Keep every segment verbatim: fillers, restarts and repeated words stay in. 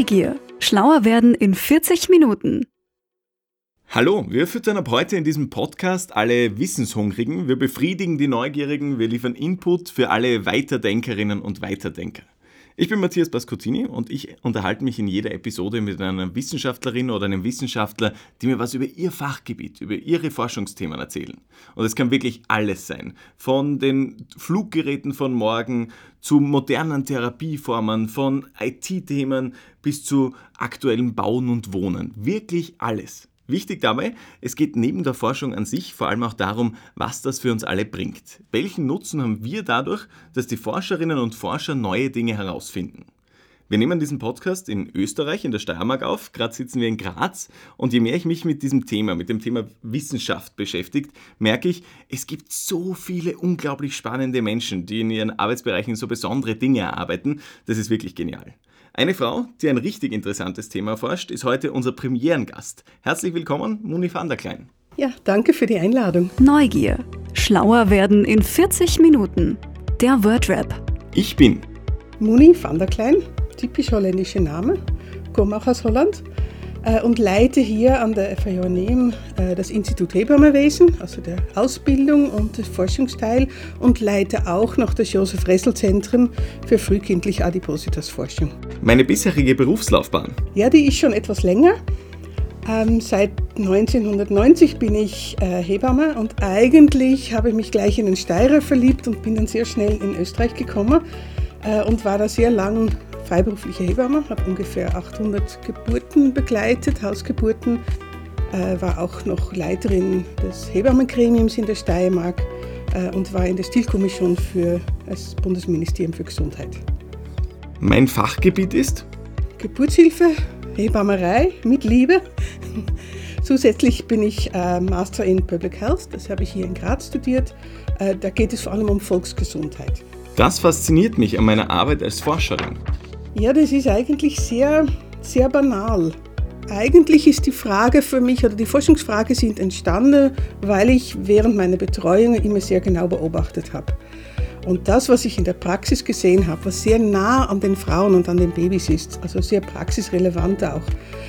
Neugier. Schlauer werden in vierzig Minuten. Hallo, wir füttern ab heute in diesem Podcast alle Wissenshungrigen, wir befriedigen die Neugierigen, wir liefern Input für alle Weiterdenkerinnen und Weiterdenker. Ich bin Matthias Pascottini und ich unterhalte mich in jeder Episode mit einer Wissenschaftlerin oder einem Wissenschaftler, die mir was über ihr Fachgebiet, über ihre Forschungsthemen erzählen. Und es kann wirklich alles sein. Von den Fluggeräten von morgen zu modernen Therapieformen, von I T-Themen bis zu aktuellem Bauen und Wohnen. Wirklich alles. Wichtig dabei, es geht neben der Forschung an sich vor allem auch darum, was das für uns alle bringt. Welchen Nutzen haben wir dadurch, dass die Forscherinnen und Forscher neue Dinge herausfinden? Wir nehmen diesen Podcast in Österreich, in der Steiermark auf, gerade sitzen wir in Graz und je mehr ich mich mit diesem Thema, mit dem Thema Wissenschaft beschäftigt, merke ich, es gibt so viele unglaublich spannende Menschen, die in ihren Arbeitsbereichen so besondere Dinge erarbeiten, das ist wirklich genial. Eine Frau, die ein richtig interessantes Thema forscht, ist heute unser Premierengast. Herzlich willkommen, Muni van der Klein. Ja, danke für die Einladung. Neugier. Schlauer werden in vierzig Minuten. Der Wordrap. Ich bin Muni van der Klein, typisch holländischer Name, komme auch aus Holland äh, und leite hier an der F H J Neem äh, das Institut Hebammenwesen, also der Ausbildung und der Forschungsteil, und leite auch noch das Josef-Ressel-Zentrum für frühkindliche Adipositas-Forschung. Meine bisherige Berufslaufbahn. Ja, die ist schon etwas länger. Ähm, seit neunzehnhundertneunzig bin ich äh, Hebamme und eigentlich habe ich mich gleich in den Steirer verliebt und bin dann sehr schnell in Österreich gekommen äh, und war da sehr lang freiberufliche Hebamme, habe ungefähr achthundert Geburten begleitet, Hausgeburten, äh, war auch noch Leiterin des Hebammengremiums in der Steiermark äh, und war in der Stilkommission für das Bundesministerium für Gesundheit. Mein Fachgebiet ist Geburtshilfe, Hebammerei mit Liebe. Zusätzlich bin ich äh, Master in Public Health, das habe ich hier in Graz studiert. Äh, da geht es vor allem um Volksgesundheit. Das fasziniert mich an meiner Arbeit als Forscherin. Ja, das ist eigentlich sehr, sehr banal. Eigentlich ist die Frage für mich, oder die Forschungsfrage sind entstanden, weil ich während meiner Betreuung immer sehr genau beobachtet habe. Und das, was ich in der Praxis gesehen habe, was sehr nah an den Frauen und an den Babys ist, also sehr praxisrelevant auch,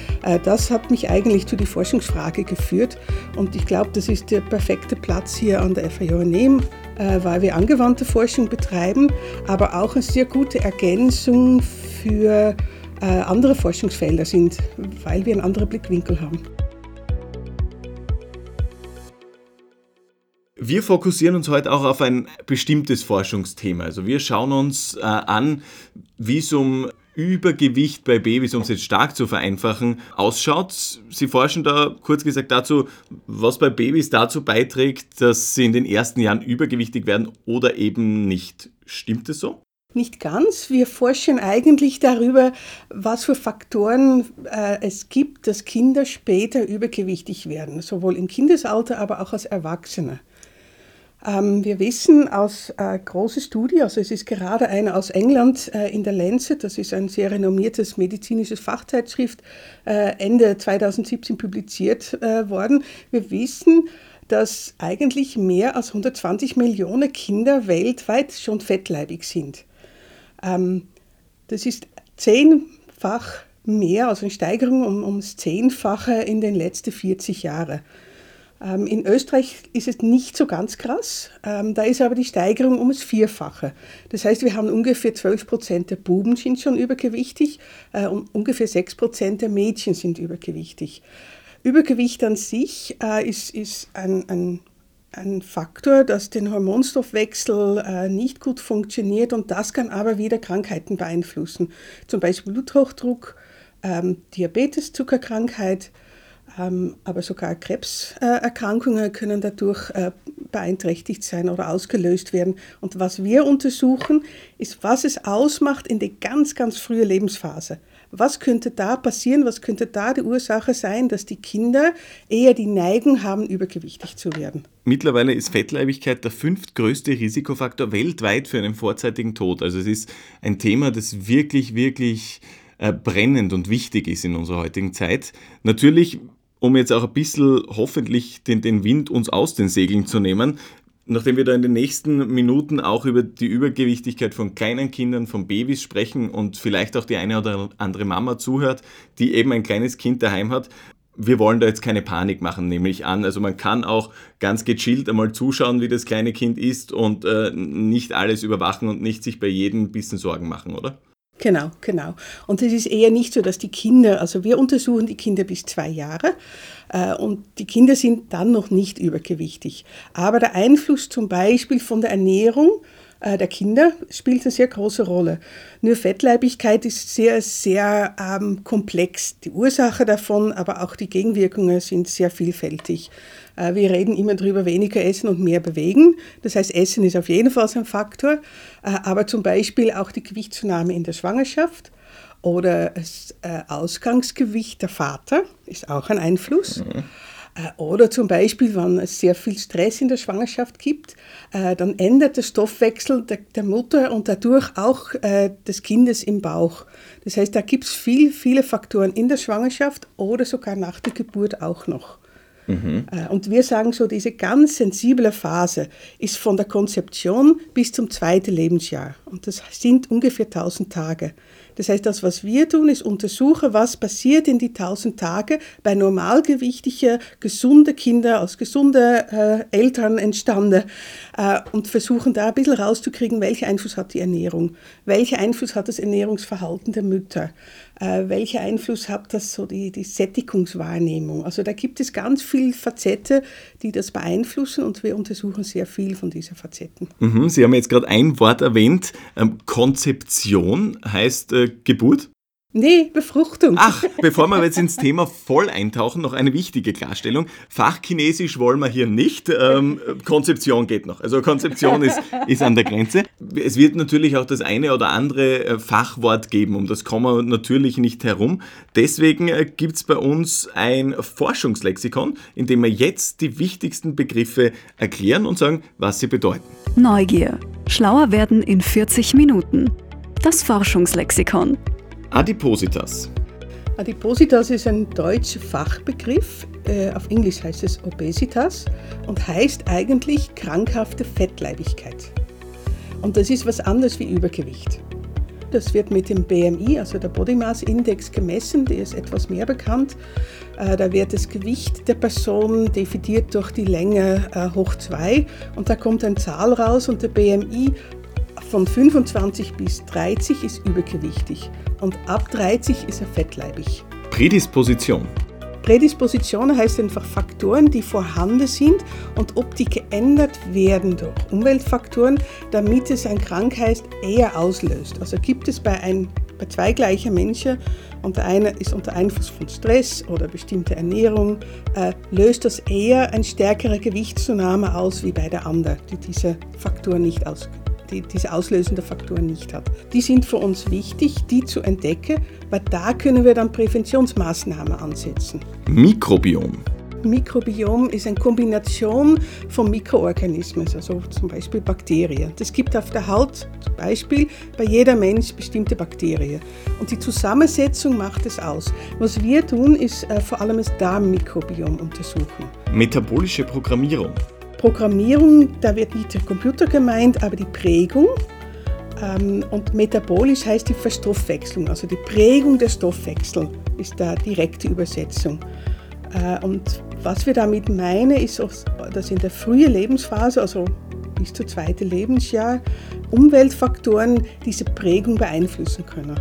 das hat mich eigentlich zu der Forschungsfrage geführt. Und ich glaube, das ist der perfekte Platz hier an der F H J Neem, weil wir angewandte Forschung betreiben, aber auch eine sehr gute Ergänzung für andere Forschungsfelder sind, weil wir einen anderen Blickwinkel haben. Wir fokussieren uns heute auch auf ein bestimmtes Forschungsthema. Also wir schauen uns äh, an, wie es um Übergewicht bei Babys, um es jetzt stark zu vereinfachen, ausschaut. Sie forschen da kurz gesagt dazu, was bei Babys dazu beiträgt, dass sie in den ersten Jahren übergewichtig werden oder eben nicht. Stimmt es so? Nicht ganz. Wir forschen eigentlich darüber, was für Faktoren äh, es gibt, dass Kinder später übergewichtig werden, sowohl im Kindesalter, aber auch als Erwachsene. Ähm, wir wissen aus äh, großen Studien, also es ist gerade eine aus England äh, in der Lancet, das ist ein sehr renommiertes medizinisches Fachzeitschrift, äh, Ende zweitausendsiebzehn publiziert äh, worden. Wir wissen, dass eigentlich mehr als hundertzwanzig Millionen Kinder weltweit schon fettleibig sind. Ähm, das ist zehnfach mehr, also eine Steigerung um, um das Zehnfache in den letzten vierzig Jahren. Ähm, in Österreich ist es nicht so ganz krass, ähm, da ist aber die Steigerung um das Vierfache. Das heißt, wir haben ungefähr zwölf Prozent der Buben sind schon übergewichtig äh, und ungefähr sechs Prozent der Mädchen sind übergewichtig. Übergewicht an sich äh, ist, ist ein, ein ein Faktor, dass den Hormonstoffwechsel äh, nicht gut funktioniert und das kann aber wieder Krankheiten beeinflussen. Zum Beispiel Bluthochdruck, ähm, Diabetes, Zuckerkrankheit, ähm, aber sogar Krebserkrankungen äh, können dadurch äh, beeinträchtigt sein oder ausgelöst werden. Und was wir untersuchen, ist, was es ausmacht in der ganz, ganz frühen Lebensphase. Was könnte da passieren, was könnte da die Ursache sein, dass die Kinder eher die Neigung haben, übergewichtig zu werden? Mittlerweile ist Fettleibigkeit der fünftgrößte Risikofaktor weltweit für einen vorzeitigen Tod. Also es ist ein Thema, das wirklich, wirklich äh, brennend und wichtig ist in unserer heutigen Zeit. Natürlich, um jetzt auch ein bisschen hoffentlich den, den Wind uns aus den Segeln zu nehmen, Nachdem wir da in den nächsten Minuten auch über die Übergewichtigkeit von kleinen Kindern, von Babys sprechen und vielleicht auch die eine oder andere Mama zuhört, die eben ein kleines Kind daheim hat, wir wollen da jetzt keine Panik machen, nehme ich an. Also man kann auch ganz gechillt einmal zuschauen, wie das kleine Kind isst und äh, nicht alles überwachen und nicht sich bei jedem ein bisschen Sorgen machen, oder? Genau, genau. Und es ist eher nicht so, dass die Kinder, also wir untersuchen die Kinder bis zwei Jahre äh, und die Kinder sind dann noch nicht übergewichtig. Aber der Einfluss zum Beispiel von der Ernährung äh, der Kinder spielt eine sehr große Rolle. Nur Fettleibigkeit ist sehr, sehr ähm, komplex. Die Ursache davon, aber auch die Gegenwirkungen sind sehr vielfältig. Äh, wir reden immer darüber, weniger essen und mehr bewegen. Das heißt, Essen ist auf jeden Fall ein Faktor, äh, aber zum Beispiel auch die Gewichtszunahme in der Schwangerschaft oder das äh, Ausgangsgewicht der Vater ist auch ein Einfluss. Mhm. Oder zum Beispiel, wenn es sehr viel Stress in der Schwangerschaft gibt, dann ändert der Stoffwechsel der, der Mutter und dadurch auch äh, des Kindes im Bauch. Das heißt, da gibt es viel, viele Faktoren in der Schwangerschaft oder sogar nach der Geburt auch noch. Mhm. Und wir sagen so, diese ganz sensible Phase ist von der Konzeption bis zum zweiten Lebensjahr. Und das sind ungefähr tausend Tage. Das heißt, das, was wir tun, ist untersuchen, was passiert in die tausend Tage bei normalgewichtigen, gesunden Kindern, aus gesunden äh, Eltern entstanden äh, und versuchen da ein bisschen rauszukriegen, welchen Einfluss hat die Ernährung, welchen Einfluss hat das Ernährungsverhalten der Mütter, äh, welchen Einfluss hat das so die, die Sättigungswahrnehmung. Also da gibt es ganz viele Facetten, die das beeinflussen und wir untersuchen sehr viel von diesen Facetten. Mhm, Sie haben jetzt gerade ein Wort erwähnt, ähm, Konzeption heißt äh, Geburt? Nee, Befruchtung. Ach, bevor wir jetzt ins Thema voll eintauchen, noch eine wichtige Klarstellung. Fachchinesisch wollen wir hier nicht. Ähm, Konzeption geht noch. Also Konzeption ist, ist an der Grenze. Es wird natürlich auch das eine oder andere Fachwort geben, um das kommen wir natürlich nicht herum. Deswegen gibt es bei uns ein Forschungslexikon, in dem wir jetzt die wichtigsten Begriffe erklären und sagen, was sie bedeuten. Neugier. Schlauer werden in vierzig Minuten. Das Forschungslexikon. Adipositas. Adipositas ist ein deutscher Fachbegriff, äh, auf Englisch heißt es Obesitas und heißt eigentlich krankhafte Fettleibigkeit. Und das ist was anderes wie Übergewicht. Das wird mit dem B M I, also der Body Mass Index, gemessen, der ist etwas mehr bekannt. Äh, da wird das Gewicht der Person dividiert durch die Länge äh, hoch zwei und da kommt eine Zahl raus und der B M I von fünfundzwanzig bis dreißig ist übergewichtig und ab dreißig ist er fettleibig. Prädisposition. Prädisposition heißt einfach Faktoren, die vorhanden sind und ob die geändert werden durch Umweltfaktoren, damit es eine Krankheit eher auslöst. Also gibt es bei, ein, bei zwei gleichen Menschen und der eine ist unter Einfluss von Stress oder bestimmter Ernährung, äh, löst das eher eine stärkere Gewichtszunahme aus wie bei der anderen, die diese Faktoren nicht auslöst. Die diese auslösende Faktoren nicht hat. Die sind für uns wichtig, die zu entdecken, weil da können wir dann Präventionsmaßnahmen ansetzen. Mikrobiom. Mikrobiom ist eine Kombination von Mikroorganismen, also zum Beispiel Bakterien. Das gibt auf der Haut zum Beispiel bei jedem Mensch bestimmte Bakterien. Und die Zusammensetzung macht es aus. Was wir tun, ist äh, vor allem das Darmmikrobiom untersuchen. Metabolische Programmierung. Programmierung, da wird nicht der Computer gemeint, aber die Prägung. Ähm, und metabolisch heißt die Verstoffwechslung, also die Prägung der Stoffwechsel ist da direkte Übersetzung. Äh, und was wir damit meinen, ist, dass in der frühen Lebensphase, also bis zum zweiten Lebensjahr, Umweltfaktoren diese Prägung beeinflussen können.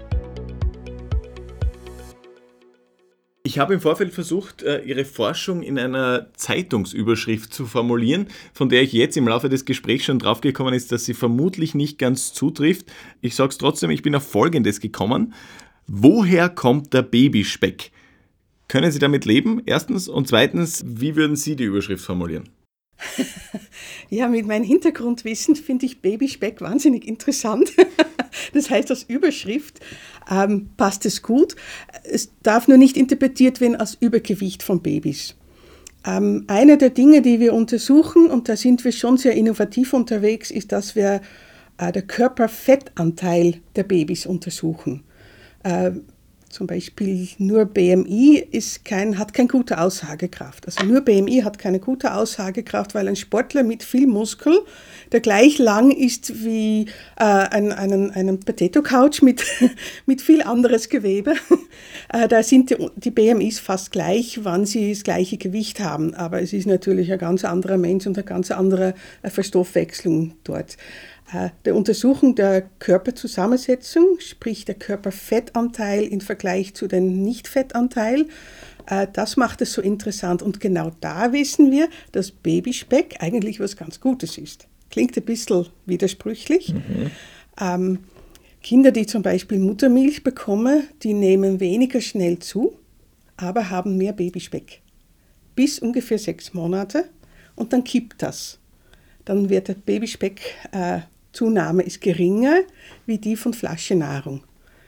Ich habe im Vorfeld versucht, Ihre Forschung in einer Zeitungsüberschrift zu formulieren, von der ich jetzt im Laufe des Gesprächs schon draufgekommen ist, dass sie vermutlich nicht ganz zutrifft. Ich sage es trotzdem, ich bin auf Folgendes gekommen. Woher kommt der Babyspeck? Können Sie damit leben? Erstens. Und zweitens, wie würden Sie die Überschrift formulieren? Ja, mit meinem Hintergrundwissen finde ich Babyspeck wahnsinnig interessant. Das heißt, als Überschrift ähm, passt es gut. Es darf nur nicht interpretiert werden als Übergewicht von Babys. Ähm, eine der Dinge, die wir untersuchen, und da sind wir schon sehr innovativ unterwegs, ist, dass wir äh, den Körperfettanteil der Babys untersuchen. Äh, zum Beispiel nur B M I ist kein, hat keine gute Aussagekraft. Also nur B M I hat keine gute Aussagekraft, weil ein Sportler mit viel Muskel, der gleich lang ist wie äh, ein, einen, einen Potato-Couch mit, mit viel anderes Gewebe, äh, da sind die, die B M Is fast gleich, wann sie das gleiche Gewicht haben. Aber es ist natürlich ein ganz anderer Mensch und eine ganz andere äh, Verstoffwechslung dort. Der Untersuchung der Körperzusammensetzung, sprich der Körperfettanteil im Vergleich zu dem Nichtfettanteil, das macht es so interessant. Und genau da wissen wir, dass Babyspeck eigentlich was ganz Gutes ist. Klingt ein bisschen widersprüchlich. Mhm. Ähm, Kinder, die zum Beispiel Muttermilch bekommen, die nehmen weniger schnell zu, aber haben mehr Babyspeck. Bis ungefähr sechs Monate und dann kippt das. Dann wird der Babyspeck äh, Zunahme ist geringer wie die von Flaschennahrung.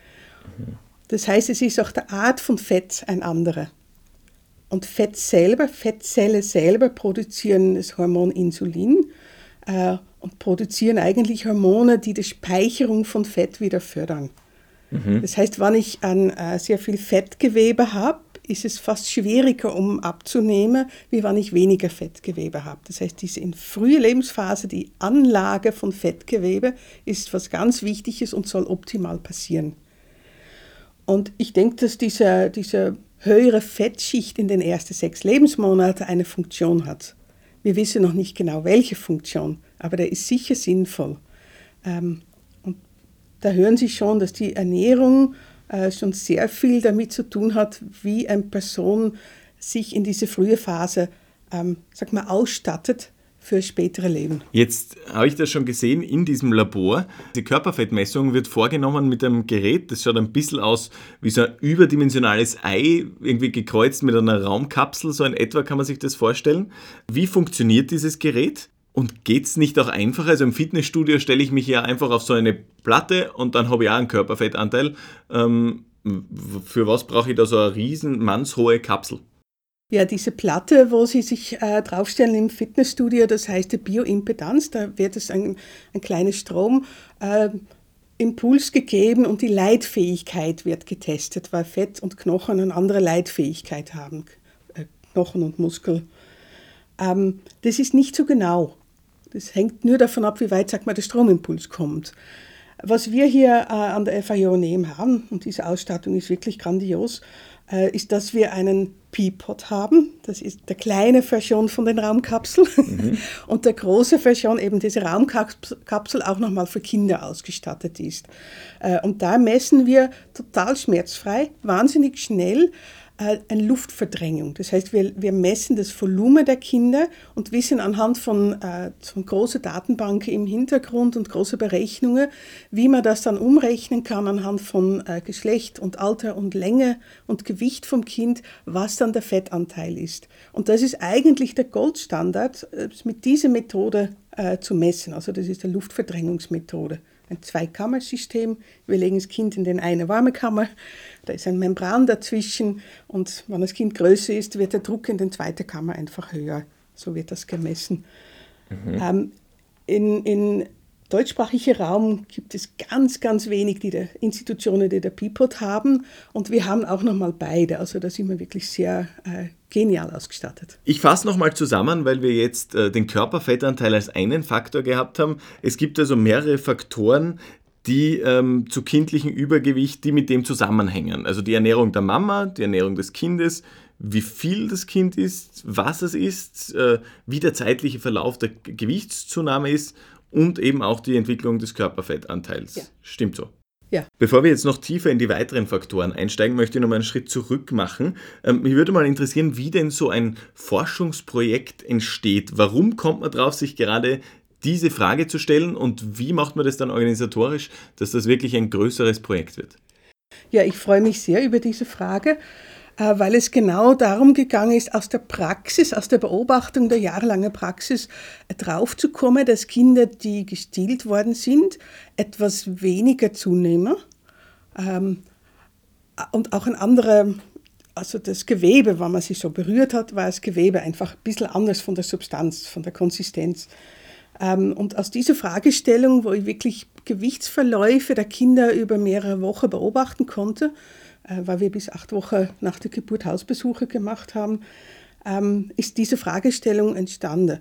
Das heißt, es ist auch die Art von Fett ein anderer. Und Fett selber, Fettzellen selber produzieren das Hormon Insulin äh, und produzieren eigentlich Hormone, die die Speicherung von Fett wieder fördern. Mhm. Das heißt, wenn ich ein, äh, sehr viel Fettgewebe habe, ist es fast schwieriger, um abzunehmen, wie wenn ich weniger Fettgewebe habe. Das heißt, diese in frühe Lebensphase, die Anlage von Fettgewebe ist was ganz Wichtiges und soll optimal passieren. Und ich denke, dass diese, diese höhere Fettschicht in den ersten sechs Lebensmonaten eine Funktion hat. Wir wissen noch nicht genau, welche Funktion, aber der ist sicher sinnvoll. Ähm, und da hören Sie schon, dass die Ernährung Äh, schon sehr viel damit zu tun hat, wie eine Person sich in diese frühe Phase ähm, sag mal, ausstattet für spätere Leben. Jetzt habe ich das schon gesehen in diesem Labor. Die Körperfettmessung wird vorgenommen mit einem Gerät, das schaut ein bisschen aus wie so ein überdimensionales Ei, irgendwie gekreuzt mit einer Raumkapsel, so in etwa kann man sich das vorstellen. Wie funktioniert dieses Gerät? Und geht es nicht auch einfacher? Also im Fitnessstudio stelle ich mich ja einfach auf so eine Platte und dann habe ich auch einen Körperfettanteil. Ähm, für was brauche ich da so eine riesen mannshohe Kapsel? Ja, diese Platte, wo Sie sich äh, draufstellen im Fitnessstudio, das heißt die Bioimpedanz, da wird es ein, ein kleiner Stromimpuls äh, gegeben und die Leitfähigkeit wird getestet, weil Fett und Knochen eine andere Leitfähigkeit haben, äh, Knochen und Muskel. Ähm, das ist nicht so genau. Das hängt nur davon ab, wie weit, sagt man, der Stromimpuls kommt. Was wir hier äh, an der F A J Nehm haben, und diese Ausstattung ist wirklich grandios, äh, ist, dass wir einen Peapod haben. Das ist der kleine Version von den Raumkapseln. Mhm. Und der große Version, eben diese Raumkapsel, auch nochmal für Kinder ausgestattet ist. Äh, und da messen wir total schmerzfrei, wahnsinnig schnell, eine Luftverdrängung. Das heißt, wir, wir messen das Volumen der Kinder und wissen anhand von, äh, von großen Datenbanken im Hintergrund und großen Berechnungen, wie man das dann umrechnen kann anhand von äh, Geschlecht und Alter und Länge und Gewicht vom Kind, was dann der Fettanteil ist. Und das ist eigentlich der Goldstandard, äh, mit dieser Methode äh, zu messen. Also das ist die Luftverdrängungsmethode. Ein Zweikammersystem. Wir legen das Kind in den eine warme Kammer, da ist ein Membran dazwischen und wenn das Kind größer ist, wird der Druck in den zweiten Kammer einfach höher. So wird das gemessen. Mhm. Ähm, in, in deutschsprachigen Raum gibt es ganz, ganz wenig die der Institutionen, die der Peapod haben und wir haben auch nochmal beide. Also da sind wir wirklich sehr äh, genial ausgestattet. Ich fasse nochmal zusammen, weil wir jetzt äh, den Körperfettanteil als einen Faktor gehabt haben. Es gibt also mehrere Faktoren, die ähm, zu kindlichem Übergewicht, die mit dem zusammenhängen. Also die Ernährung der Mama, die Ernährung des Kindes, wie viel das Kind isst, was es isst, äh, wie der zeitliche Verlauf der Gewichtszunahme ist und eben auch die Entwicklung des Körperfettanteils. Ja. Stimmt so. Ja. Bevor wir jetzt noch tiefer in die weiteren Faktoren einsteigen, möchte ich noch mal einen Schritt zurück machen. Ähm, mich würde mal interessieren, wie denn so ein Forschungsprojekt entsteht. Warum kommt man drauf, sich gerade diese Frage zu stellen und wie macht man das dann organisatorisch, dass das wirklich ein größeres Projekt wird? Ja, ich freue mich sehr über diese Frage, weil es genau darum gegangen ist, aus der Praxis, aus der Beobachtung der jahrelangen Praxis draufzukommen, dass Kinder, die gestillt worden sind, etwas weniger zunehmen ähm, und auch ein anderer, also das Gewebe, wenn man sich so berührt hat, war das Gewebe einfach ein bisschen anders von der Substanz, von der Konsistenz. Ähm, und aus dieser Fragestellung, wo ich wirklich Gewichtsverläufe der Kinder über mehrere Wochen beobachten konnte, äh, weil wir bis acht Wochen nach der Geburt Hausbesuche gemacht haben, ähm, ist diese Fragestellung entstanden.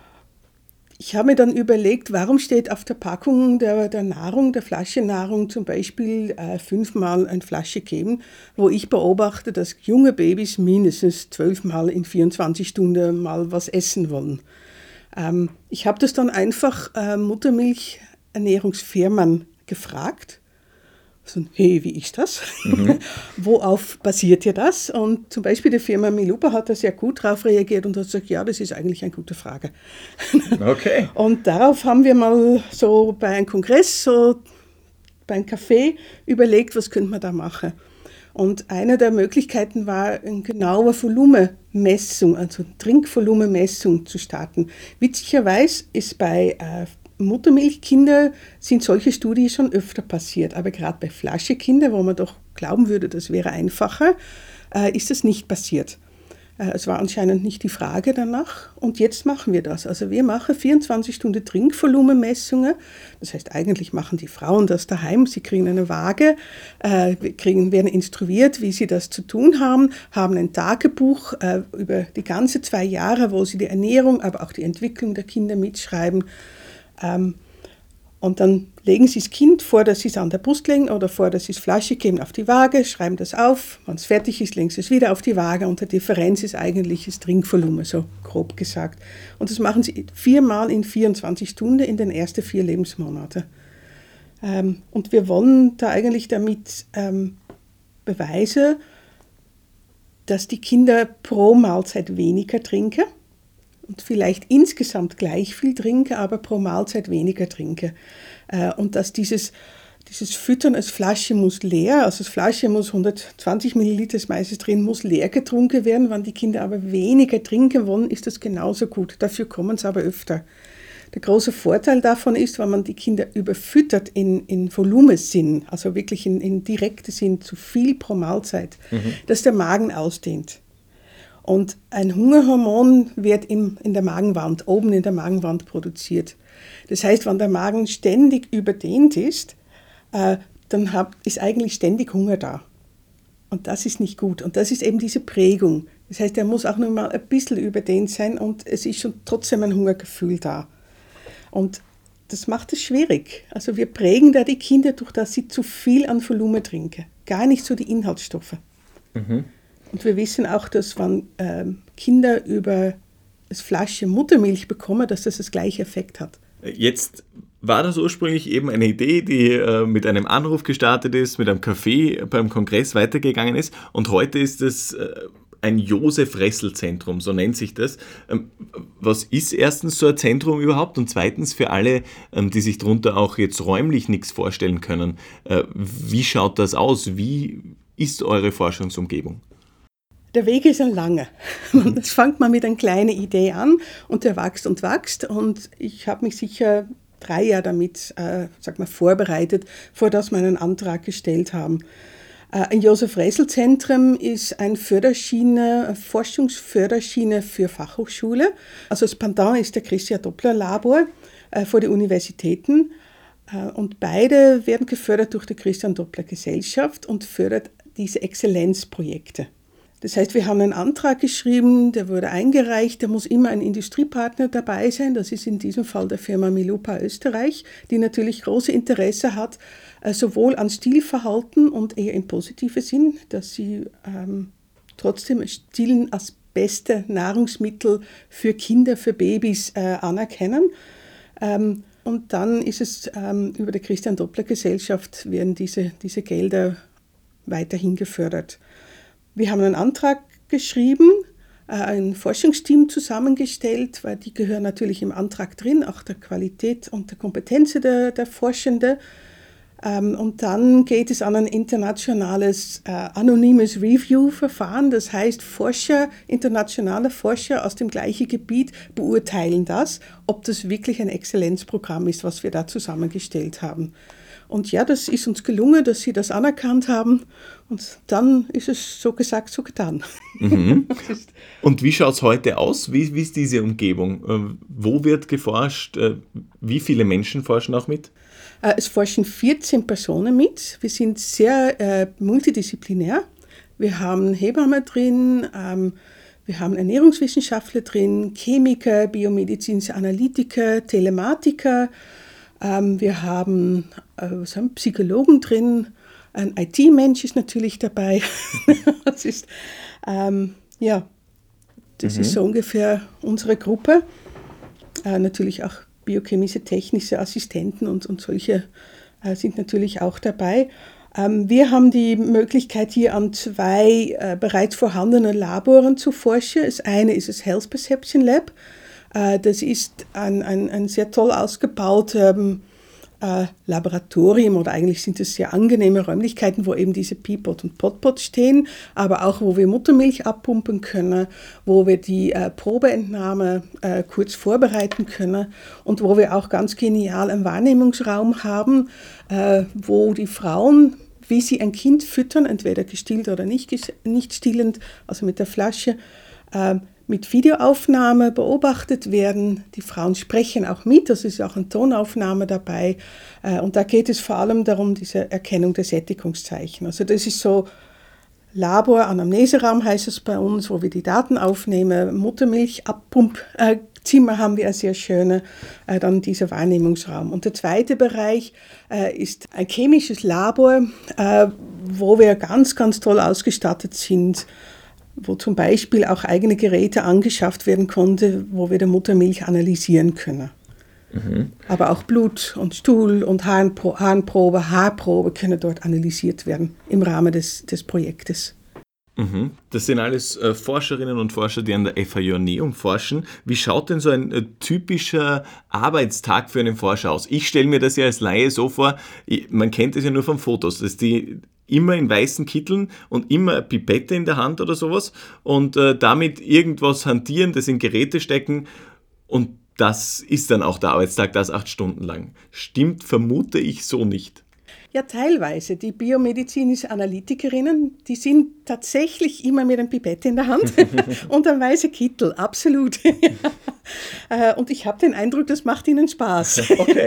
Ich habe mir dann überlegt, warum steht auf der Packung der, der Nahrung, der Flasche Nahrung zum Beispiel äh, fünfmal eine Flasche geben, wo ich beobachte, dass junge Babys mindestens zwölfmal in vierundzwanzig Stunden mal was essen wollen. Ähm, ich habe das dann einfach äh, Muttermilchernährungsfirmen gefragt. So, hey, wie ist das? Mhm. Worauf basiert ihr das? Und zum Beispiel die Firma Milupa hat da sehr gut darauf reagiert und hat gesagt, ja, das ist eigentlich eine gute Frage. Okay. Und darauf haben wir mal so bei einem Kongress, so bei einem Café überlegt, was könnte man da machen. Und eine der Möglichkeiten war, eine genaue Volumenmessung, also Trinkvolumenmessung zu starten. Witzigerweise ist bei äh, Muttermilchkinder sind solche Studien schon öfter passiert, aber gerade bei Flaschekinder, wo man doch glauben würde, das wäre einfacher, äh, ist das nicht passiert. Äh, es war anscheinend nicht die Frage danach und jetzt machen wir das. Also wir machen vierundzwanzig Stunden Trinkvolumenmessungen, das heißt eigentlich machen die Frauen das daheim, sie kriegen eine Waage, äh, kriegen, werden instruiert, wie sie das zu tun haben, haben ein Tagebuch äh, über die ganze zwei Jahre, wo sie die Ernährung, aber auch die Entwicklung der Kinder mitschreiben. Ähm, und dann legen sie das Kind vor, dass sie es an der Brust legen oder vor, dass sie es Flasche geben auf die Waage, schreiben das auf, wenn es fertig ist, legen sie es wieder auf die Waage und die Differenz ist eigentlich das Trinkvolumen, so grob gesagt. Und das machen sie viermal in vierundzwanzig Stunden in den ersten vier Lebensmonaten. Ähm, und wir wollen da eigentlich damit ähm, beweisen, dass die Kinder pro Mahlzeit weniger trinken. Und vielleicht insgesamt gleich viel trinke, aber pro Mahlzeit weniger trinke. Und dass dieses, dieses Füttern als Flasche muss leer, also das Flasche muss hundertzwanzig Milliliter ist meistens drin, muss leer getrunken werden. Wenn die Kinder aber weniger trinken wollen, ist das genauso gut. Dafür kommen sie aber öfter. Der große Vorteil davon ist, wenn man die Kinder überfüttert in, in Volumensinn, also wirklich in, in direkte Sinn, zu viel pro Mahlzeit, mhm. dass der Magen ausdehnt. Und ein Hungerhormon wird im, in der Magenwand, oben in der Magenwand produziert. Das heißt, wenn der Magen ständig überdehnt ist, äh, dann hab, ist eigentlich ständig Hunger da. Und das ist nicht gut. Und das ist eben diese Prägung. Das heißt, er muss auch nur mal ein bisschen überdehnt sein und es ist schon trotzdem ein Hungergefühl da. Und das macht es schwierig. Also wir prägen da die Kinder, durch dass sie zu viel an Volumen trinken. Gar nicht so die Inhaltsstoffe. Mhm. Und wir wissen auch, dass wenn äh, Kinder über das Flasche Muttermilch bekommen, dass das das gleiche Effekt hat. Jetzt war das ursprünglich eben eine Idee, die äh, mit einem Anruf gestartet ist, mit einem Café beim Kongress weitergegangen ist. Und heute ist es äh, ein Josef-Ressel-Zentrum, so nennt sich das. Ähm, was ist erstens so ein Zentrum überhaupt? Und zweitens für alle, ähm, die sich darunter auch jetzt räumlich nichts vorstellen können, äh, wie schaut das aus? Wie ist eure Forschungsumgebung? Der Weg ist ein langer. Das fängt man mit einer kleinen Idee an und der wächst und wächst. Und ich habe mich sicher drei Jahre damit äh, sag mal, vorbereitet, vor dass wir einen Antrag gestellt haben. Äh, ein Josef-Ressel-Zentrum ist eine Förderschiene, eine Forschungsförderschiene für Fachhochschule. Also das Pendant ist der Christian-Doppler-Labor äh, vor den Universitäten. Äh, und beide werden gefördert durch die Christian-Doppler-Gesellschaft und fördert diese Exzellenzprojekte. Das heißt, wir haben einen Antrag geschrieben, der wurde eingereicht, da muss immer ein Industriepartner dabei sein. Das ist in diesem Fall der Firma Milupa Österreich, die natürlich große Interesse hat, sowohl an Stilverhalten und eher im positiven Sinn, dass sie ähm, trotzdem Stillen als beste Nahrungsmittel für Kinder, für Babys äh, anerkennen. Ähm, und dann ist es ähm, über die Christian-Doppler-Gesellschaft werden diese, diese Gelder weiterhin gefördert. Wir haben einen Antrag geschrieben, ein Forschungsteam zusammengestellt, weil die gehören natürlich im Antrag drin, auch der Qualität und der Kompetenz der, der Forschenden. Und dann geht es an ein internationales äh, anonymes Review-Verfahren. Das heißt, Forscher, internationale Forscher aus dem gleichen Gebiet beurteilen das, ob das wirklich ein Exzellenzprogramm ist, was wir da zusammengestellt haben. Und ja, das ist uns gelungen, dass sie das anerkannt haben. Und dann ist es so gesagt, so getan. Mhm. Und wie schaut es heute aus? Wie, wie ist diese Umgebung? Wo wird geforscht? Wie viele Menschen forschen auch mit? Es forschen vierzehn Personen mit. Wir sind sehr äh, multidisziplinär. Wir haben Hebamme drin, ähm, wir haben Ernährungswissenschaftler drin, Chemiker, biomedizinische Analytiker, Telematiker. Ähm, wir haben, äh, was haben Psychologen drin. Ein I T-Mensch ist natürlich dabei. das ist, ähm, ja, das mhm. ist so ungefähr unsere Gruppe. Äh, natürlich auch biochemische, technische Assistenten und, und solche äh, sind natürlich auch dabei. Ähm, wir haben die Möglichkeit, hier an zwei äh, bereits vorhandenen Laboren zu forschen. Das eine ist das Health Perception Lab. Äh, das ist ein, ein, ein sehr toll ausgebautes ähm, Äh, Laboratorium, oder eigentlich sind es sehr angenehme Räumlichkeiten, wo eben diese Peapod und Podpod stehen, aber auch wo wir Muttermilch abpumpen können, wo wir die äh, Probeentnahme äh, kurz vorbereiten können und wo wir auch ganz genial einen Wahrnehmungsraum haben, äh, wo die Frauen, wie sie ein Kind füttern, entweder gestillt oder nicht, nicht stillend, also mit der Flasche, äh, mit Videoaufnahme beobachtet werden. Die Frauen sprechen auch mit, das ist auch eine Tonaufnahme dabei. Und da geht es vor allem darum, diese Erkennung der Sättigungszeichen. Also das ist so Labor, Anamneseraum heißt es bei uns, wo wir die Daten aufnehmen. Muttermilch, Abpumpzimmer haben wir ein sehr schönes, dann dieser Wahrnehmungsraum. Und der zweite Bereich ist ein chemisches Labor, wo wir ganz, ganz toll ausgestattet sind, wo zum Beispiel auch eigene Geräte angeschafft werden konnte, wo wir die Muttermilch analysieren können. Mhm. Aber auch Blut und Stuhl und Harnpro- Harnprobe, Haarprobe können dort analysiert werden im Rahmen des, des Projektes. Mhm. Das sind alles äh, Forscherinnen und Forscher, die an der F H J Neum forschen. Wie schaut denn so ein äh, typischer Arbeitstag für einen Forscher aus? Ich stelle mir das ja als Laie so vor, ich, man kennt es ja nur von Fotos, dass die immer in weißen Kitteln und immer eine Pipette in der Hand oder sowas und äh, damit irgendwas hantieren, das in Geräte stecken, und das ist dann auch der Arbeitstag, das acht Stunden lang. Stimmt, vermute ich so nicht. Ja, teilweise. Die biomedizinischen Analytikerinnen, die sind tatsächlich immer mit einer Pipette in der Hand und einem weißen Kittel, absolut. Und ich habe den Eindruck, das macht ihnen Spaß. Okay.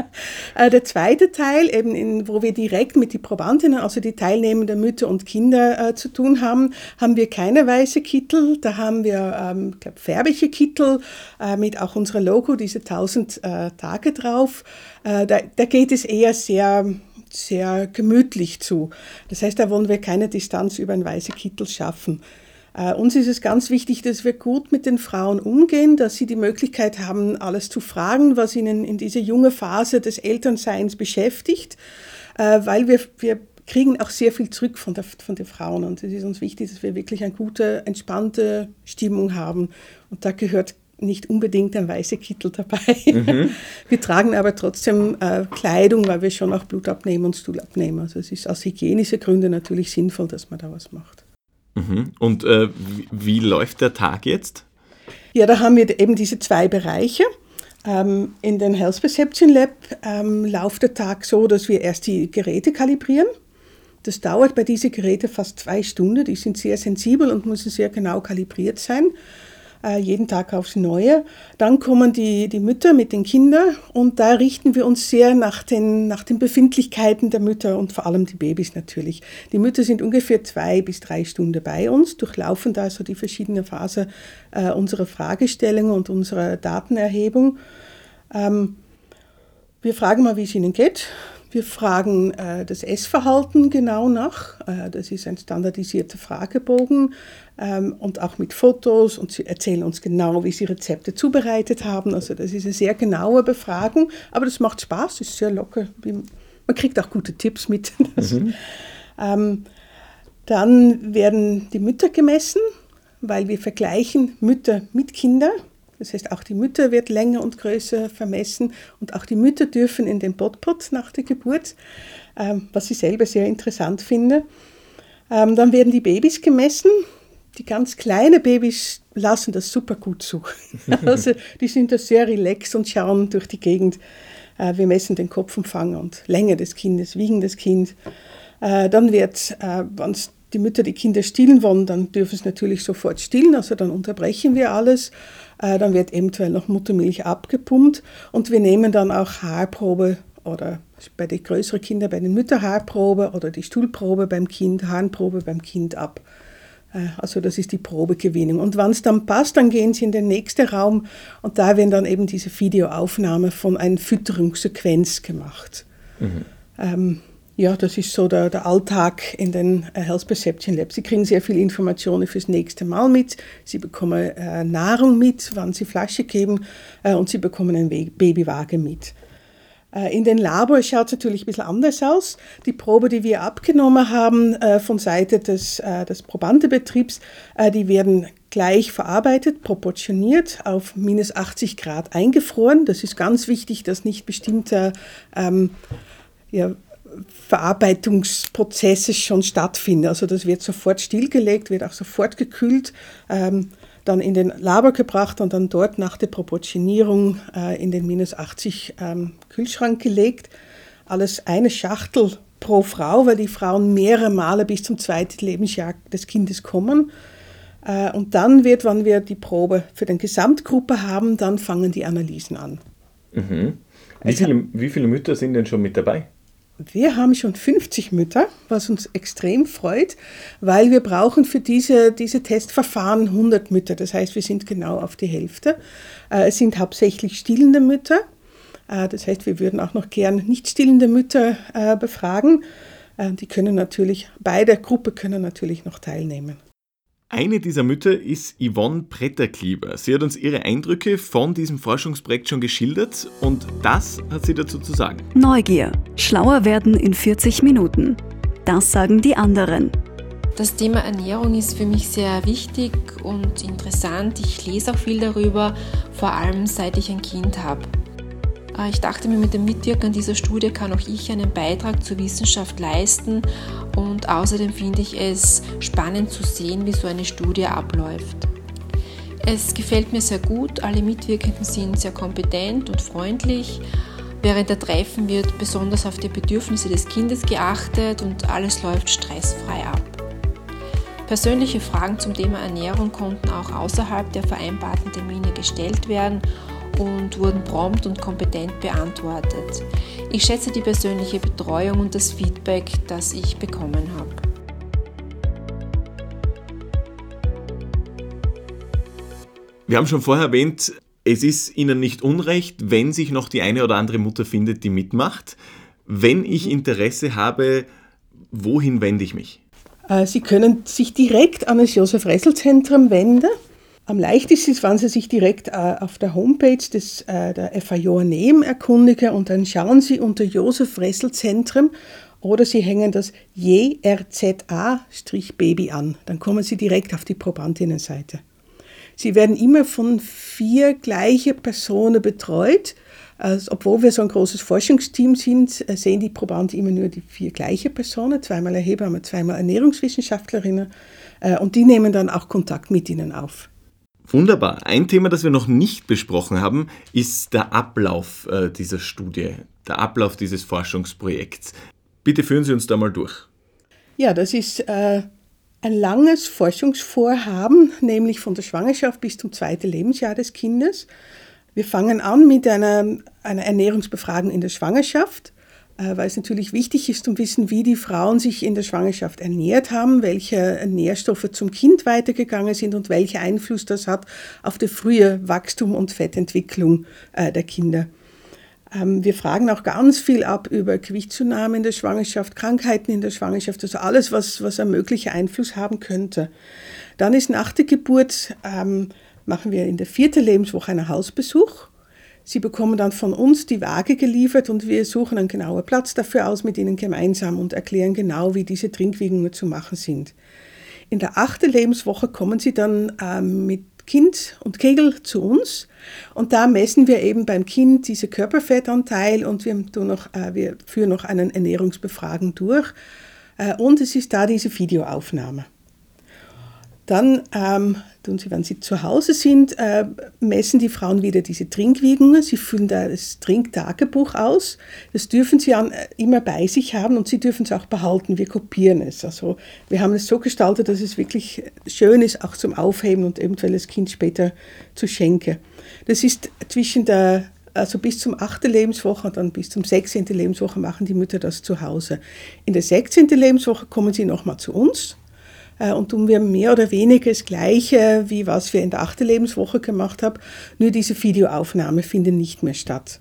Der zweite Teil, eben in, wo wir direkt mit den Probandinnen, also die teilnehmenden Mütter und Kinder äh, zu tun haben, haben wir keine weiße Kittel. Da haben wir, ähm, ich glaube, färbige Kittel äh, mit auch unserem Logo, diese tausend äh, Tage drauf. Äh, da, da geht es eher sehr... sehr gemütlich zu. Das heißt, da wollen wir keine Distanz über einen weißen Kittel schaffen. Äh, uns ist es ganz wichtig, dass wir gut mit den Frauen umgehen, dass sie die Möglichkeit haben, alles zu fragen, was ihnen in dieser jungen Phase des Elternseins beschäftigt, äh, weil wir, wir kriegen auch sehr viel zurück von, der, von den Frauen. Und es ist uns wichtig, dass wir wirklich eine gute, entspannte Stimmung haben. Und da gehört nicht unbedingt ein weißer Kittel dabei. Mhm. Wir tragen aber trotzdem äh, Kleidung, weil wir schon auch Blut abnehmen und Stuhl abnehmen. Also es ist aus hygienischen Gründen natürlich sinnvoll, dass man da was macht. Mhm. Und äh, wie, wie läuft der Tag jetzt? Ja, da haben wir eben diese zwei Bereiche. Ähm, in den Health Perception Lab ähm, läuft der Tag so, dass wir erst die Geräte kalibrieren. Das dauert bei diesen Geräten fast zwei Stunden. Die sind sehr sensibel und müssen sehr genau kalibriert sein. Jeden Tag aufs Neue. Dann kommen die, die Mütter mit den Kindern und da richten wir uns sehr nach den, nach den Befindlichkeiten der Mütter und vor allem die Babys natürlich. Die Mütter sind ungefähr zwei bis drei Stunden bei uns, durchlaufen da so die verschiedenen Phasen äh, unserer Fragestellungen und unserer Datenerhebung. Ähm, wir fragen mal, wie es ihnen geht. Wir fragen äh, das Essverhalten genau nach. Äh, das ist ein standardisierter Fragebogen ähm, und auch mit Fotos. Und sie erzählen uns genau, wie sie Rezepte zubereitet haben. Also das ist eine sehr genaue Befragung. Aber das macht Spaß, ist sehr locker. Man kriegt auch gute Tipps mit. Mhm. ähm, dann werden die Mütter gemessen, weil wir vergleichen Mütter mit Kindern. Das heißt, auch die Mütter wird länger und größer vermessen und auch die Mütter dürfen in den Podpot nach der Geburt, ähm, was ich selber sehr interessant finde. Ähm, dann werden die Babys gemessen. die ganz kleinen Babys lassen das super gut zu. Also die sind da sehr relaxed und schauen durch die Gegend. Äh, wir messen den Kopfumfang und Länge des Kindes, wiegen das Kind. Äh, dann wird, äh, wenn die Mütter die Kinder stillen wollen, dann dürfen sie natürlich sofort stillen, also dann unterbrechen wir alles. Äh, dann wird eventuell noch Muttermilch abgepumpt und wir nehmen dann auch Haarprobe oder bei den größeren Kindern bei den Müttern Haarprobe oder die Stuhlprobe beim Kind, Harnprobe beim Kind ab. Äh, also das ist die Probegewinnung. Und wenn es dann passt, dann gehen sie in den nächsten Raum und da werden dann eben diese Videoaufnahmen von einer Fütterungssequenz gemacht. Mhm. Ähm, Ja, das ist so der, der Alltag in den äh, Health Perception Labs. Sie kriegen sehr viele Informationen fürs nächste Mal mit. Sie bekommen äh, Nahrung mit, wann sie Flasche geben äh, und sie bekommen einen Babywagen mit. Äh, in den Labor schaut es natürlich ein bisschen anders aus. Die Probe, die wir abgenommen haben äh, von Seite des, äh, des Probandenbetriebs, äh, die werden gleich verarbeitet, proportioniert, auf minus achtzig Grad eingefroren. Das ist ganz wichtig, dass nicht bestimmte ähm, ja, Verarbeitungsprozesse schon stattfinden. Also das wird sofort stillgelegt, wird auch sofort gekühlt, ähm, dann in den Labor gebracht und dann dort nach der Proportionierung äh, in den minus achtzig ähm, Kühlschrank gelegt. Alles eine Schachtel pro Frau, weil die Frauen mehrere Male bis zum zweiten Lebensjahr des Kindes kommen. Äh, und dann wird, wenn wir die Probe für die Gesamtgruppe haben, dann fangen die Analysen an. Mhm. Wie viele, wie viele Mütter sind denn schon mit dabei? Wir haben schon fünfzig Mütter, was uns extrem freut, weil wir brauchen für diese, diese Testverfahren hundert Mütter. Das heißt, wir sind genau auf die Hälfte. Es sind hauptsächlich stillende Mütter. Das heißt, wir würden auch noch gern nicht stillende Mütter befragen. Die können natürlich, beide Gruppen können natürlich noch teilnehmen. Eine dieser Mütter ist Yvonne Bretterkleber. Sie hat uns ihre Eindrücke von diesem Forschungsprojekt schon geschildert und das hat sie dazu zu sagen. Neugier. Schlauer werden in vierzig Minuten. Das sagen die anderen. Das Thema Ernährung ist für mich sehr wichtig und interessant. Ich lese auch viel darüber, vor allem seit ich ein Kind habe. Ich dachte mir, mit dem Mitwirken an dieser Studie kann auch ich einen Beitrag zur Wissenschaft leisten und außerdem finde ich es spannend zu sehen, wie so eine Studie abläuft. Es gefällt mir sehr gut, alle Mitwirkenden sind sehr kompetent und freundlich. Während der Treffen wird besonders auf die Bedürfnisse des Kindes geachtet und alles läuft stressfrei ab. Persönliche Fragen zum Thema Ernährung konnten auch außerhalb der vereinbarten Termine gestellt werden und wurden prompt und kompetent beantwortet. Ich schätze die persönliche Betreuung und das Feedback, das ich bekommen habe. Wir haben schon vorher erwähnt, es ist Ihnen nicht unrecht, wenn sich noch die eine oder andere Mutter findet, die mitmacht. Wenn ich Interesse habe, wohin wende ich mich? Sie können sich direkt an das Josef-Ressel-Zentrum wenden. Am leichtesten ist, wenn Sie sich direkt äh, auf der Homepage des, äh, der F A J A N E M erkundigen und dann schauen Sie unter Josef-Ressel-Zentrum oder Sie hängen das J R Z A-Baby an. Dann kommen Sie direkt auf die Probandinnenseite. Sie werden immer von vier gleichen Personen betreut. Also, obwohl wir so ein großes Forschungsteam sind, sehen die Probanden immer nur die vier gleichen Personen, zweimal eine Hebamme, zweimal Ernährungswissenschaftlerinnen äh, und die nehmen dann auch Kontakt mit Ihnen auf. Wunderbar. Ein Thema, das wir noch nicht besprochen haben, ist der Ablauf äh, dieser Studie, der Ablauf dieses Forschungsprojekts. Bitte führen Sie uns da mal durch. Ja, das ist äh, ein langes Forschungsvorhaben, nämlich von der Schwangerschaft bis zum zweiten Lebensjahr des Kindes. Wir fangen an mit einer, einer Ernährungsbefragung in der Schwangerschaft, äh, weil es natürlich wichtig ist, um zu wissen, wie die Frauen sich in der Schwangerschaft ernährt haben, welche Nährstoffe zum Kind weitergegangen sind und welchen Einfluss das hat auf das frühe Wachstum und Fettentwicklung äh, der Kinder. Ähm, wir fragen auch ganz viel ab über Gewichtszunahme in der Schwangerschaft, Krankheiten in der Schwangerschaft, also alles, was, was einen möglichen Einfluss haben könnte. Dann ist nach der Geburt, ähm, machen wir in der vierten Lebenswoche einen Hausbesuch. Sie bekommen dann von uns die Waage geliefert und wir suchen einen genauen Platz dafür aus mit ihnen gemeinsam und erklären genau, wie diese Trinkwiegungen zu machen sind. In der achten Lebenswoche kommen sie dann ähm, mit Kind und Kegel zu uns und da messen wir eben beim Kind diese Körperfettanteil und wir, tun noch, äh, wir führen noch einen Ernährungsbefragung durch äh, und es ist da diese Videoaufnahme. Dann ähm, tun sie, wenn sie zu Hause sind, äh, messen die Frauen wieder diese Trinkwiegungen. Sie füllen da das Trinktagebuch aus. Das dürfen sie an, äh, immer bei sich haben und sie dürfen es auch behalten. Wir kopieren es. Also wir haben es so gestaltet, dass es wirklich schön ist, auch zum Aufheben und eventuell das Kind später zu schenken. Das ist zwischen der, also bis zum achten Lebenswoche und dann bis zum sechzehnten Lebenswoche machen die Mütter das zu Hause. In der sechzehnten Lebenswoche kommen sie nochmal zu uns. Und tun wir mehr oder weniger das Gleiche, wie was wir in der achten Lebenswoche gemacht haben. Nur diese Videoaufnahme findet nicht mehr statt.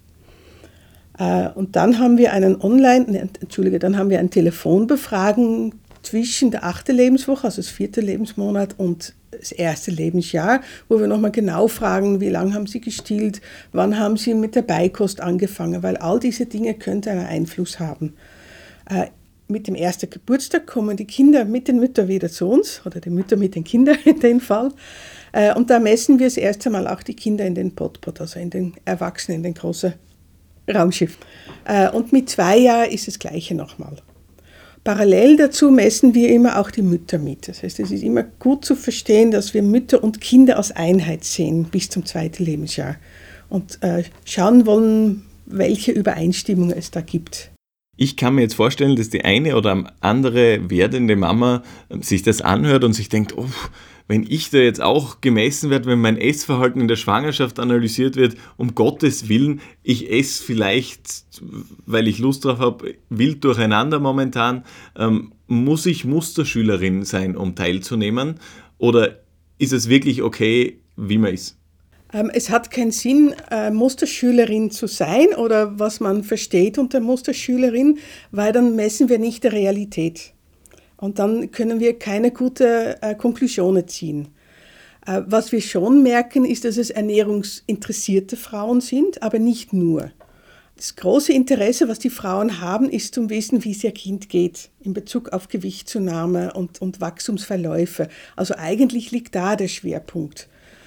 Und dann haben wir einen Online, Entschuldige, dann haben wir ein Telefonbefragen zwischen der achten Lebenswoche, also das vierte Lebensmonat und das erste Lebensjahr, wo wir nochmal genau fragen, wie lange haben Sie gestillt, wann haben Sie mit der Beikost angefangen, weil all diese Dinge könnten einen Einfluss haben. Mit dem ersten Geburtstag kommen die Kinder mit den Müttern wieder zu uns, oder die Mütter mit den Kindern in dem Fall. Und da messen wir das erste Mal auch die Kinder in den Podpod, also in den Erwachsenen, in den großen Raumschiff. Und mit zwei Jahren ist das Gleiche nochmal. Parallel dazu messen wir immer auch die Mütter mit. Das heißt, es ist immer gut zu verstehen, dass wir Mütter und Kinder als Einheit sehen bis zum zweiten Lebensjahr und schauen wollen, welche Übereinstimmungen es da gibt. Ich kann mir jetzt vorstellen, dass die eine oder andere werdende Mama sich das anhört und sich denkt, oh, wenn ich da jetzt auch gemessen werde, wenn mein Essverhalten in der Schwangerschaft analysiert wird, um Gottes Willen, ich esse vielleicht, weil ich Lust drauf habe, wild durcheinander momentan, ähm, muss ich Musterschülerin sein, um teilzunehmen? Oder ist es wirklich okay, wie man ist? Es hat keinen Sinn, Musterschülerin zu sein oder was man versteht unter Musterschülerin, weil dann messen wir nicht der Realität. Und dann können wir keine guten Konklusionen ziehen. Was wir schon merken, ist, dass es ernährungsinteressierte Frauen sind, aber nicht nur. Das große Interesse, was die Frauen haben, ist zu wissen, wie es ihr Kind geht in Bezug auf Gewichtszunahme und, und Wachstumsverläufe. Also eigentlich liegt da der Schwerpunkt.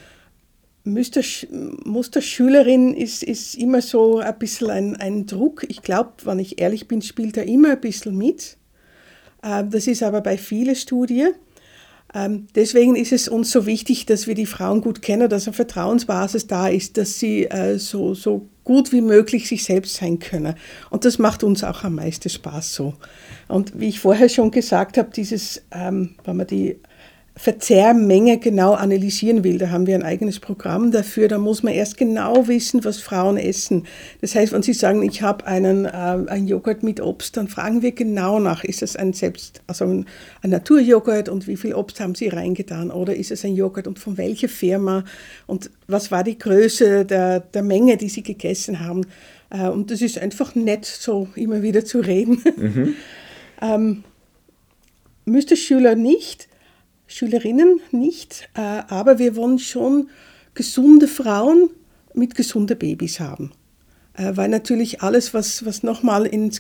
Musterschülerin ist, ist immer so ein bisschen ein, ein Druck. Ich glaube, wenn ich ehrlich bin, spielt er immer ein bisschen mit. Das ist aber bei vielen Studien. Deswegen ist es uns so wichtig, dass wir die Frauen gut kennen, dass eine Vertrauensbasis da ist, dass sie so, so gut wie möglich sich selbst sein können. Und das macht uns auch am meisten Spaß so. Und wie ich vorher schon gesagt habe, dieses, wenn man die Verzehrmenge genau analysieren will, da haben wir ein eigenes Programm dafür, da muss man erst genau wissen, was Frauen essen. Das heißt, wenn sie sagen, ich habe einen, äh, einen Joghurt mit Obst, dann fragen wir genau nach, ist es ein selbst, also ein, ein Naturjoghurt und wie viel Obst haben sie reingetan oder ist es ein Joghurt und von welcher Firma und was war die Größe der, der Menge, die sie gegessen haben. Äh, und das ist einfach nett, so immer wieder zu reden. Mhm. ähm, müsste Schüler nicht, Schülerinnen nicht, aber wir wollen schon gesunde Frauen mit gesunden Babys haben. Weil natürlich alles, was, was nochmal ins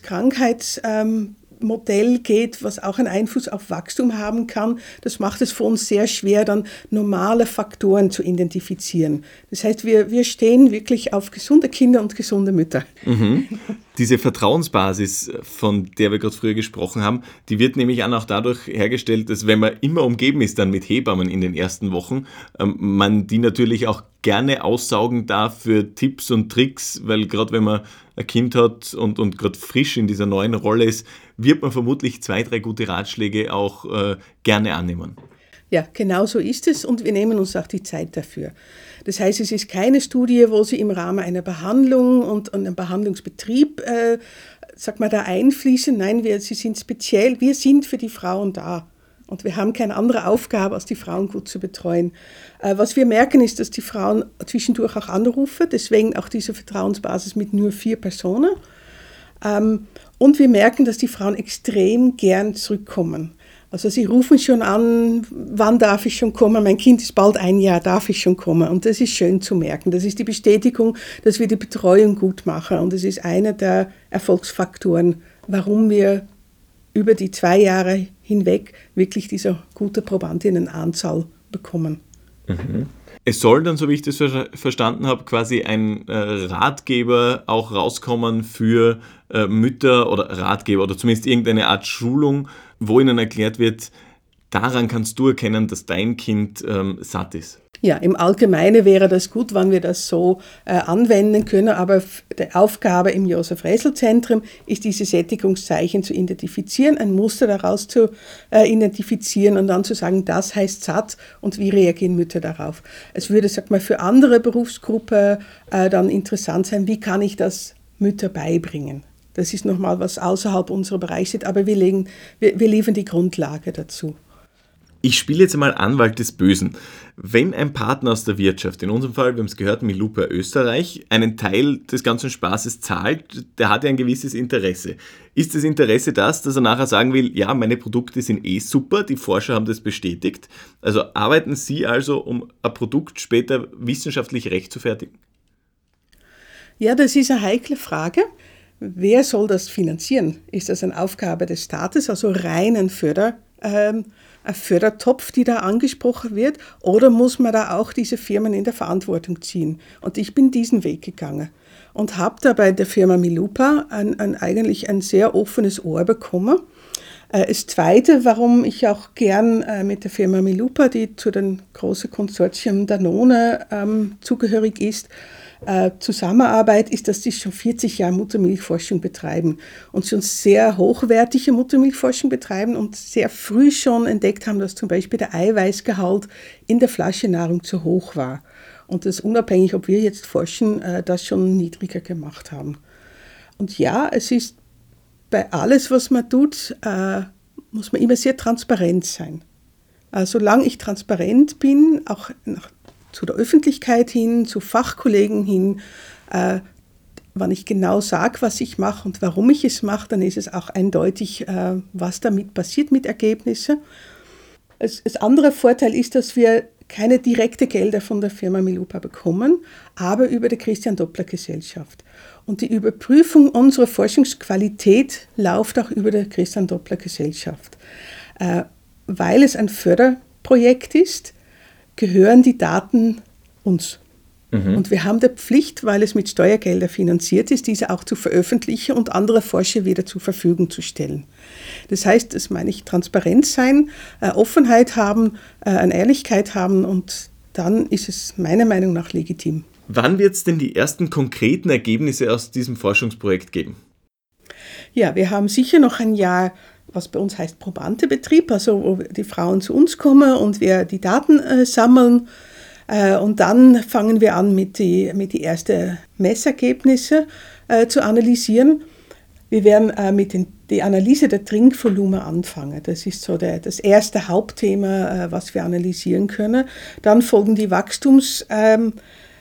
Krankheitsmodell geht, was auch einen Einfluss auf Wachstum haben kann, das macht es für uns sehr schwer, dann normale Faktoren zu identifizieren. Das heißt, wir, wir stehen wirklich auf gesunde Kinder und gesunde Mütter. Mhm. Diese Vertrauensbasis, von der wir gerade früher gesprochen haben, die wird nämlich auch dadurch hergestellt, dass wenn man immer umgeben ist dann mit Hebammen in den ersten Wochen, ähm, man die natürlich auch gerne aussaugen darf für Tipps und Tricks, weil gerade wenn man ein Kind hat und, und gerade frisch in dieser neuen Rolle ist, wird man vermutlich zwei, drei gute Ratschläge auch äh, gerne annehmen. Ja, genau so ist es und wir nehmen uns auch die Zeit dafür. Das heißt, es ist keine Studie, wo Sie im Rahmen einer Behandlung und, und einem Behandlungsbetrieb, äh, sag mal, da einfließen. Nein, wir, sie sind speziell, wir sind für die Frauen da. Und wir haben keine andere Aufgabe, als die Frauen gut zu betreuen. Äh, was wir merken, ist, dass die Frauen zwischendurch auch anrufen, deswegen auch diese Vertrauensbasis mit nur vier Personen. Ähm, und wir merken, dass die Frauen extrem gern zurückkommen. Also sie rufen schon an, wann darf ich schon kommen? Mein Kind ist bald ein Jahr, darf ich schon kommen? Und das ist schön zu merken. Das ist die Bestätigung, dass wir die Betreuung gut machen. Und das ist einer der Erfolgsfaktoren, warum wir über die zwei Jahre hinweg wirklich diese gute Probandinnenanzahl bekommen. Mhm. Es soll dann, so wie ich das ver- verstanden habe, quasi ein äh, Ratgeber auch rauskommen für äh, Mütter oder Ratgeber oder zumindest irgendeine Art Schulung, wo ihnen erklärt wird, daran kannst du erkennen, dass dein Kind ähm, satt ist? Ja, im Allgemeinen wäre das gut, wenn wir das so äh, anwenden können, aber die Aufgabe im Josef-Resl-Zentrum ist, diese Sättigungszeichen zu identifizieren, ein Muster daraus zu äh, identifizieren und dann zu sagen, das heißt satt und wie reagieren Mütter darauf. Es würde, sag mal, für andere Berufsgruppen äh, dann interessant sein, wie kann ich das Mütter beibringen. Das ist nochmal was außerhalb unserer Bereiche, aber wir, legen, wir, wir liefern die Grundlage dazu. Ich spiele jetzt einmal Anwalt des Bösen. Wenn ein Partner aus der Wirtschaft, in unserem Fall, wir haben es gehört, Milupa Österreich, einen Teil des ganzen Spaßes zahlt, der hat ja ein gewisses Interesse. Ist das Interesse das, dass er nachher sagen will, ja, meine Produkte sind eh super, die Forscher haben das bestätigt. Also arbeiten Sie also, um ein Produkt später wissenschaftlich rechtfertigen? Ja, das ist eine heikle Frage. Wer soll das finanzieren? Ist das eine Aufgabe des Staates, also rein ein Förder, ähm, ein Fördertopf, die da angesprochen wird, oder muss man da auch diese Firmen in der Verantwortung ziehen? Und ich bin diesen Weg gegangen und habe da bei der Firma Milupa ein, ein, eigentlich ein sehr offenes Ohr bekommen. Das Zweite, warum ich auch gern mit der Firma Milupa, die zu den großen Konsortium Danone ähm, zugehörig ist, Äh, Zusammenarbeit ist, dass sie schon vierzig Jahre Muttermilchforschung betreiben und schon sehr hochwertige Muttermilchforschung betreiben und sehr früh schon entdeckt haben, dass zum Beispiel der Eiweißgehalt in der Flaschennahrung zu hoch war. Und das unabhängig, ob wir jetzt forschen, äh, das schon niedriger gemacht haben. Und ja, es ist bei alles, was man tut, äh, muss man immer sehr transparent sein. Äh, solange ich transparent bin, auch nach zu der Öffentlichkeit hin, zu Fachkollegen hin, äh, wenn ich genau sage, was ich mache und warum ich es mache, dann ist es auch eindeutig, äh, was damit passiert mit Ergebnissen. Das, das andere Vorteil ist, dass wir keine direkte Gelder von der Firma Milupa bekommen, aber über die Christian-Doppler-Gesellschaft. Und die Überprüfung unserer Forschungsqualität läuft auch über die Christian-Doppler-Gesellschaft. Äh, weil es ein Förderprojekt ist, gehören die Daten uns. Mhm. Und wir haben die Pflicht, weil es mit Steuergeldern finanziert ist, diese auch zu veröffentlichen und andere Forscher wieder zur Verfügung zu stellen. Das heißt, das meine ich, Transparenz sein, äh, Offenheit haben, äh, eine Ehrlichkeit haben und dann ist es meiner Meinung nach legitim. Wann wird es denn die ersten konkreten Ergebnisse aus diesem Forschungsprojekt geben? Ja, wir haben sicher noch ein Jahr, was bei uns heißt Probantebetrieb, also wo die Frauen zu uns kommen und wir die Daten äh, sammeln. Äh, und dann fangen wir an, mit die, mit die ersten Messergebnisse äh, zu analysieren. Wir werden äh, mit den, die Analyse der Trinkvolumen anfangen. Das ist so der, das erste Hauptthema, äh, was wir analysieren können. Dann folgen die Wachstumsverläufe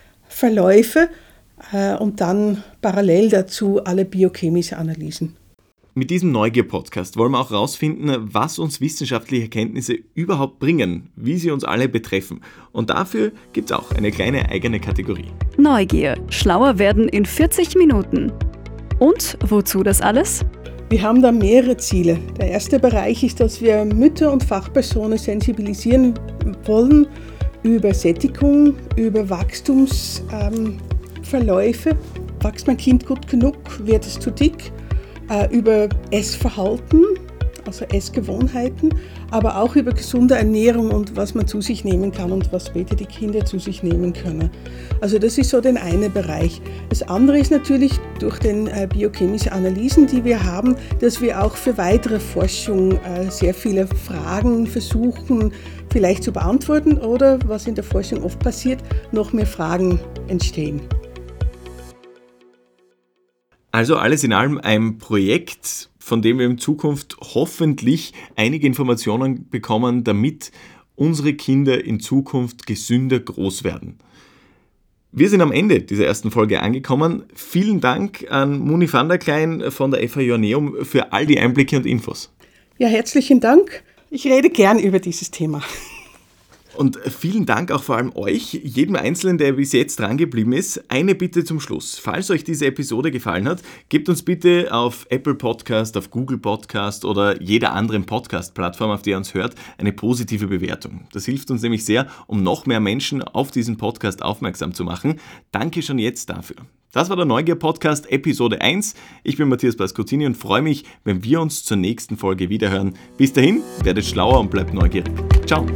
äh, und dann parallel dazu alle biochemische Analysen. Mit diesem Neugier-Podcast wollen wir auch herausfinden, was uns wissenschaftliche Erkenntnisse überhaupt bringen, wie sie uns alle betreffen. Und dafür gibt es auch eine kleine eigene Kategorie. Neugier. Schlauer werden in vierzig Minuten. Und wozu das alles? Wir haben da mehrere Ziele. Der erste Bereich ist, dass wir Mütter und Fachpersonen sensibilisieren wollen über Sättigung, über Wachstumsverläufe. Ähm, Wächst mein Kind gut genug? Wird es zu dick? Über Essverhalten, also Essgewohnheiten, aber auch über gesunde Ernährung und was man zu sich nehmen kann und was später die Kinder zu sich nehmen können. Also das ist so der eine Bereich. Das andere ist natürlich durch den äh, biochemischen Analysen, die wir haben, dass wir auch für weitere Forschung äh, sehr viele Fragen versuchen vielleicht zu beantworten oder, was in der Forschung oft passiert, noch mehr Fragen entstehen. Also alles in allem ein Projekt, von dem wir in Zukunft hoffentlich einige Informationen bekommen, damit unsere Kinder in Zukunft gesünder groß werden. Wir sind am Ende dieser ersten Folge angekommen. Vielen Dank an Moni van der Klein von der F H Joanneum für all die Einblicke und Infos. Ja, herzlichen Dank. Ich rede gern über dieses Thema. Und vielen Dank auch vor allem euch, jedem Einzelnen, der bis jetzt dran geblieben ist. Eine Bitte zum Schluss. Falls euch diese Episode gefallen hat, gebt uns bitte auf Apple Podcast, auf Google Podcast oder jeder anderen Podcast-Plattform, auf der ihr uns hört, eine positive Bewertung. Das hilft uns nämlich sehr, um noch mehr Menschen auf diesen Podcast aufmerksam zu machen. Danke schon jetzt dafür. Das war der Neugier-Podcast Episode eins. Ich bin Matthias Pascottini und freue mich, wenn wir uns zur nächsten Folge wiederhören. Bis dahin, werdet schlauer und bleibt neugierig. Ciao!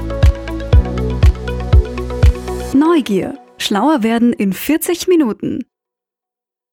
Neugier. Schlauer werden in vierzig Minuten.